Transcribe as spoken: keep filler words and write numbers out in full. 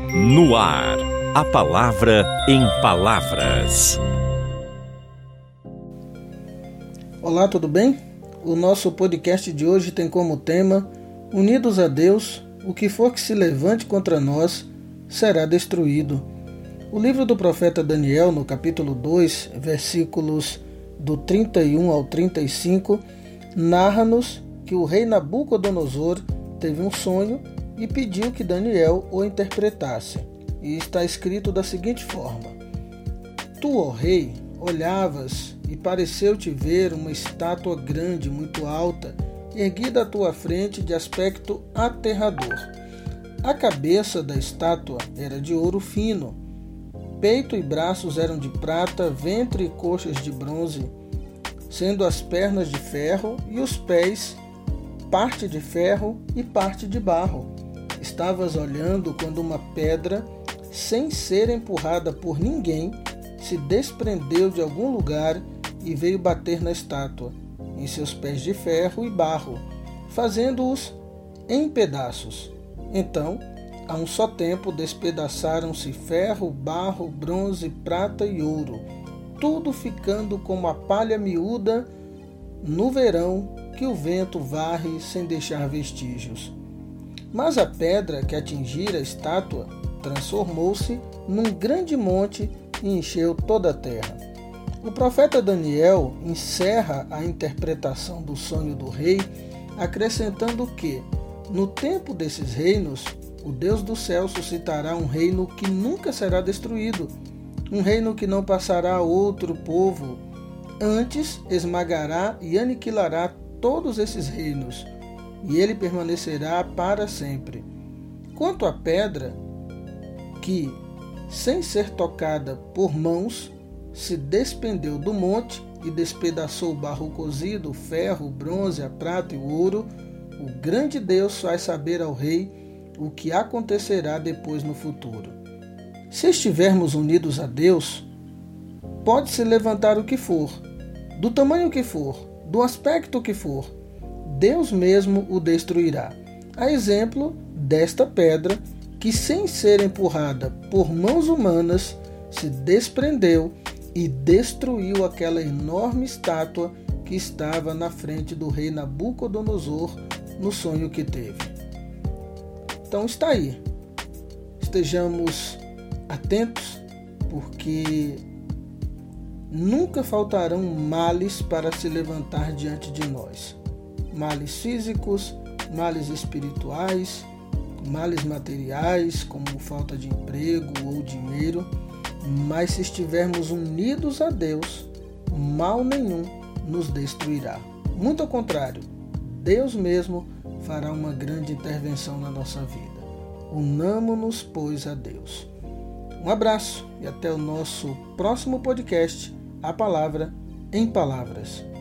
No ar, a palavra em palavras. Olá, tudo bem? O nosso podcast de hoje tem como tema: Unidos a Deus, o que for que se levante contra nós será destruído. O livro do profeta Daniel, no capítulo dois, versículos do trinta e um ao trinta e cinco, narra-nos que o rei Nabucodonosor teve um sonho e pediu que Daniel o interpretasse. E está escrito da seguinte forma: Tu, ó rei, olhavas e pareceu-te ver uma estátua grande, muito alta, erguida à tua frente de aspecto aterrador. A cabeça da estátua era de ouro fino, peito e braços eram de prata, ventre e coxas de bronze, sendo as pernas de ferro e os pés parte de ferro e parte de barro. Estavas olhando quando uma pedra, sem ser empurrada por ninguém, se desprendeu de algum lugar e veio bater na estátua, em seus pés de ferro e barro, fazendo-os em pedaços. Então, a um só tempo despedaçaram-se ferro, barro, bronze, prata e ouro, tudo ficando como a palha miúda no verão que o vento varre sem deixar vestígios. Mas a pedra que atingira a estátua transformou-se num grande monte e encheu toda a terra. O profeta Daniel encerra a interpretação do sonho do rei, acrescentando que, no tempo desses reinos, o Deus do céu suscitará um reino que nunca será destruído, um reino que não passará a outro povo, antes esmagará e aniquilará todos esses reinos, e ele permanecerá para sempre. Quanto à pedra, que, sem ser tocada por mãos, se despendeu do monte e despedaçou o barro cozido, o ferro, o bronze, a prata e o ouro, o grande Deus faz saber ao rei o que acontecerá depois no futuro. Se estivermos unidos a Deus, pode-se levantar o que for, do tamanho que for, do aspecto que for, Deus mesmo o destruirá. A exemplo desta pedra que, sem ser empurrada por mãos humanas, se desprendeu e destruiu aquela enorme estátua que estava na frente do rei Nabucodonosor no sonho que teve. Então está aí. Estejamos atentos, porque nunca faltarão males para se levantar diante de nós. Males físicos, males espirituais, males materiais, como falta de emprego ou dinheiro. Mas se estivermos unidos a Deus, mal nenhum nos destruirá. Muito ao contrário, Deus mesmo fará uma grande intervenção na nossa vida. Unamo-nos, pois, a Deus. Um abraço e até o nosso próximo podcast, A Palavra em Palavras.